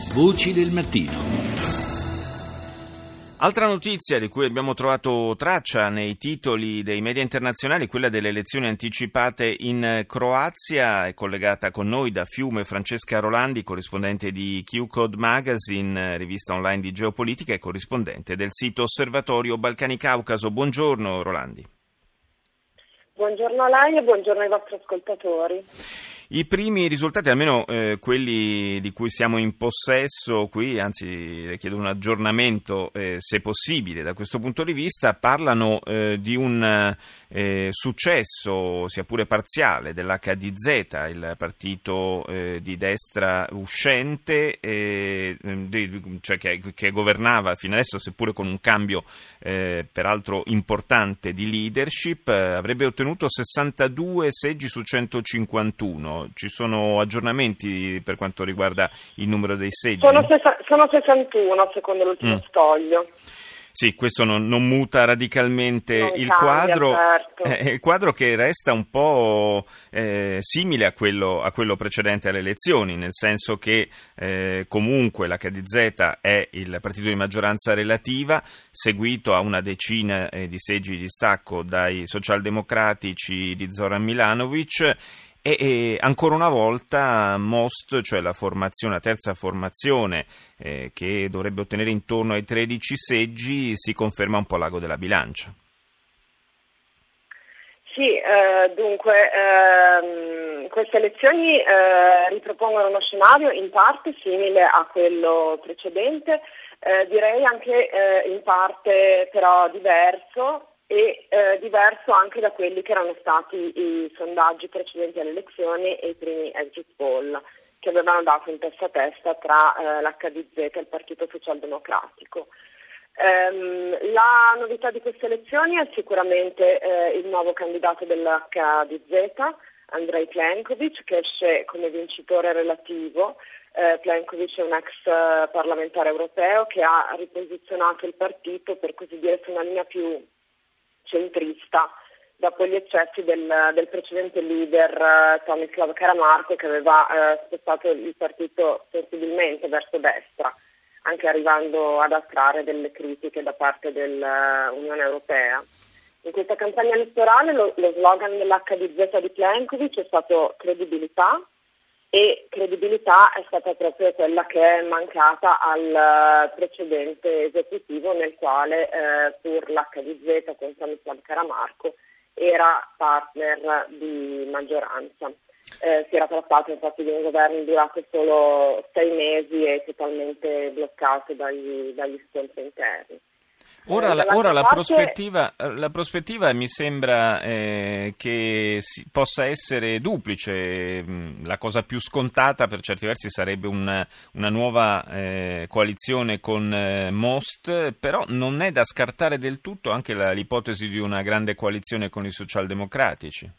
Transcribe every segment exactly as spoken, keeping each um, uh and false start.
Voci del mattino. Altra notizia di cui abbiamo trovato traccia nei titoli dei media internazionali, quella delle elezioni anticipate in Croazia. È collegata con noi da Fiume Francesca Rolandi, corrispondente di Q-Code Magazine, rivista online di geopolitica e corrispondente del sito Osservatorio Balcani Caucaso. Buongiorno Rolandi. Buongiorno a lei e buongiorno ai vostri ascoltatori. I primi risultati, almeno eh, quelli di cui siamo in possesso qui, anzi le chiedo un aggiornamento eh, se possibile da questo punto di vista, parlano eh, di un eh, successo, sia pure parziale, dell'H D Z, il partito eh, di destra uscente, eh, di, cioè che, che governava fino adesso, seppure con un cambio eh, peraltro importante di leadership, eh, avrebbe ottenuto sessantadue seggi su centocinquantuno. Ci sono aggiornamenti per quanto riguarda il numero dei seggi? Sono, sessa- sono sessantuno secondo l'ultimo mm. scoglio. Sì, questo non, non muta radicalmente non il cambia, quadro, certo. eh, il quadro che resta un po' eh, simile a quello, a quello precedente alle elezioni, nel senso che eh, comunque l'H D Z è il partito di maggioranza relativa, seguito a una decina eh, di seggi di distacco dai socialdemocratici di Zoran Milanovic. E, e ancora una volta Most, cioè la formazione, la terza formazione eh, che dovrebbe ottenere intorno ai tredici seggi, si conferma un po' l'ago della bilancia. Sì, eh, dunque ehm, queste elezioni eh, ripropongono uno scenario in parte simile a quello precedente, eh, direi anche eh, in parte però diverso. e eh, diverso anche da quelli che erano stati i sondaggi precedenti alle elezioni e i primi exit poll che avevano dato in testa a testa tra eh, l'H D Z e il Partito Socialdemocratico. Ehm, la novità di queste elezioni è sicuramente eh, il nuovo candidato dell'H D Z, Andrej Plenković, che esce come vincitore relativo. Eh, Plenković è un ex eh, parlamentare europeo che ha riposizionato il partito, per così dire, su una linea più centrista dopo gli eccessi del, del precedente leader uh, Tomislav Karamarko, che aveva uh, spostato il partito sensibilmente verso destra, anche arrivando ad attrarre delle critiche da parte dell'Unione Europea. In questa campagna elettorale lo, lo slogan dell'H D Z di Plenković è stato credibilità, e credibilità è stata proprio quella che è mancata al precedente esecutivo, nel quale eh, pur l'H D Z con Tomislav Karamarko era partner di maggioranza. Eh, si era trattato infatti di un governo durato solo sei mesi e totalmente bloccato dagli, dagli scontri interni. Ora, la, ora la, prospettiva, la prospettiva mi sembra eh, che si, possa essere duplice. La cosa più scontata per certi versi sarebbe una, una nuova eh, coalizione con eh, Most, però non è da scartare del tutto anche la, l'ipotesi di una grande coalizione con i socialdemocratici.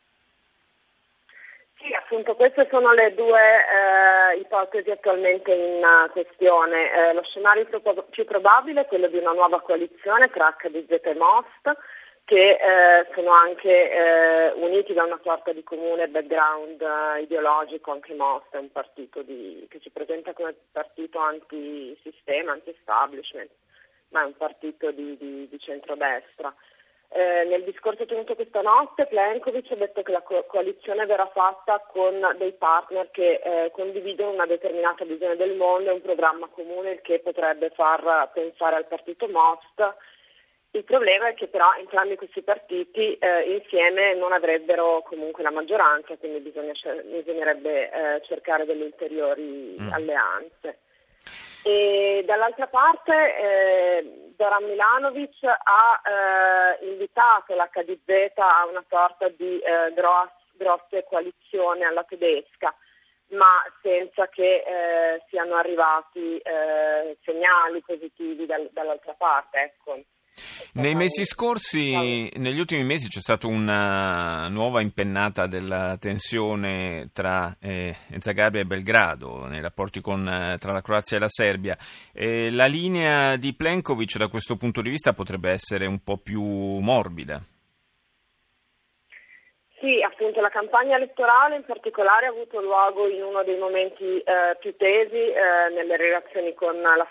Appunto, queste sono le due eh, ipotesi attualmente in uh, questione. Eh, lo scenario più, più probabile è quello di una nuova coalizione tra H D Z e Most, che eh, sono anche eh, uniti da una sorta di comune background uh, ideologico. Anche Most è un partito di, che si presenta come partito antisistema, anti-establishment, ma è un partito di, di, di centrodestra. Eh, nel discorso tenuto questa notte Plenković ha detto che la co- coalizione verrà fatta con dei partner che eh, condividono una determinata visione del mondo e un programma comune, il che potrebbe far pensare al partito Most. Il problema è che però entrambi questi partiti eh, insieme non avrebbero comunque la maggioranza, quindi bisogna, bisognerebbe eh, cercare delle ulteriori mm. alleanze. E dall'altra parte eh, Zoran Milanovic ha eh, invitato l'H D Z a una sorta di eh, gross, grosse coalizione alla tedesca, ma senza che eh, siano arrivati eh, segnali positivi dal, dall'altra parte, ecco. Nei mesi scorsi, negli ultimi mesi c'è stata una nuova impennata della tensione tra eh, Zagabria e Belgrado nei rapporti con, eh, tra la Croazia e la Serbia. Eh, la linea di Plenković da questo punto di vista potrebbe essere un po' più morbida. Sì, appunto la campagna elettorale in particolare ha avuto luogo in uno dei momenti eh, più tesi eh, nelle relazioni con la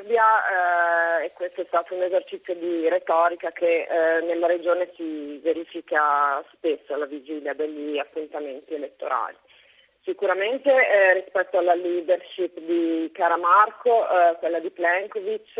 Serbia eh, e questo è stato un esercizio di retorica che eh, nella regione si verifica spesso alla vigilia degli appuntamenti elettorali. Sicuramente eh, rispetto alla leadership di Karamarko, eh, quella di Plenković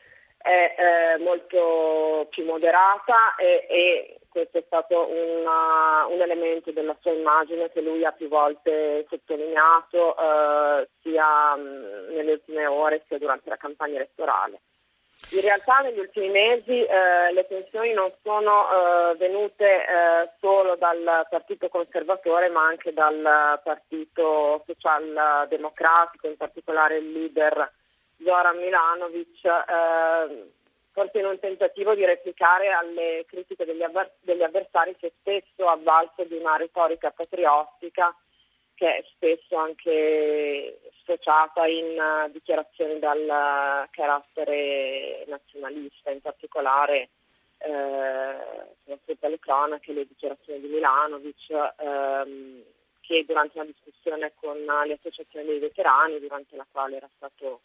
è eh, molto più moderata e, e questo è stato una, un elemento della sua immagine che lui ha più volte sottolineato eh, sia mh, nelle ultime ore sia durante la campagna elettorale. In realtà negli ultimi mesi eh, le tensioni non sono eh, venute eh, solo dal Partito Conservatore ma anche dal Partito Socialdemocratico, in particolare il leader Zoran Milanović, eh, forse in un tentativo di replicare alle critiche degli, avver- degli avversari che spesso ha avvalso di una retorica patriottica che è spesso anche associata in uh, dichiarazioni dal uh, carattere nazionalista, in particolare eh, sono state le cronache le dichiarazioni di Milanović ehm, che durante una discussione con uh, le associazioni dei veterani, durante la quale era stato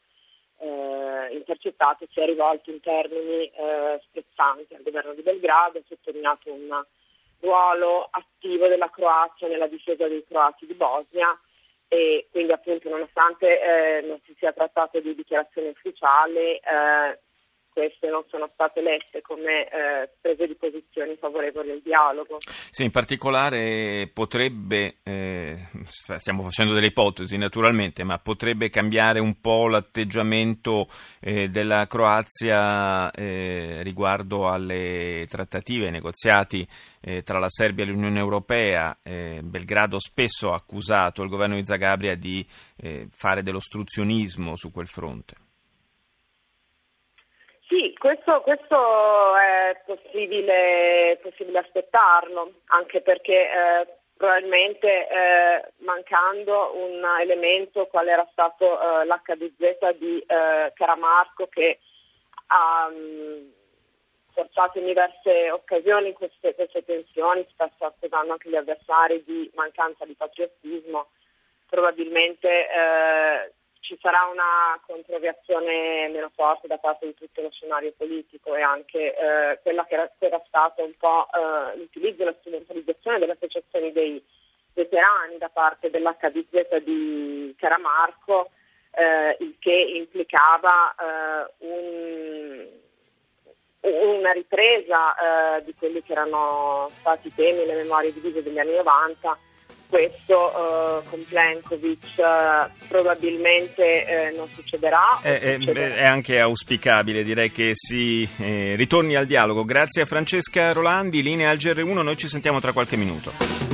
Eh, intercettato, si è rivolto in termini eh, spezzanti al governo di Belgrado, ha sottolineato un ruolo attivo della Croazia nella difesa dei croati di Bosnia e quindi appunto nonostante eh, non si sia trattato di dichiarazione ufficiale eh, queste non sono state lette come eh, prese di posizioni favorevoli al dialogo. Sì, in particolare potrebbe, eh, stiamo facendo delle ipotesi naturalmente, ma potrebbe cambiare un po' l'atteggiamento eh, della Croazia eh, riguardo alle trattative, ai negoziati eh, tra la Serbia e l'Unione Europea. Eh, Belgrado spesso ha accusato il governo di Zagabria di eh, fare dell'ostruzionismo su quel fronte. Sì, questo, questo è possibile, possibile aspettarlo, anche perché eh, probabilmente eh, mancando un elemento quale era stato eh, l'H D Z di eh, Karamarko che ha mh, forzato in diverse occasioni queste, queste tensioni, spesso accusando anche gli avversari di mancanza di patriottismo, probabilmente eh, ci sarà una controreazione meno forte da parte di tutto lo scenario politico e anche eh, quella che era, che era stato un po' eh, l'utilizzo e la strumentalizzazione delle associazioni dei veterani da parte dell'H D Z di Karamarko, eh, il che implicava eh, un, una ripresa eh, di quelli che erano stati i temi, le memorie divise degli anni novanta. Questo uh, con Plenković uh, probabilmente eh, non succederà. È, succederà. È anche auspicabile, direi che si eh, ritorni al dialogo. Grazie a Francesca Rolandi, linea al G R uno, noi ci sentiamo tra qualche minuto.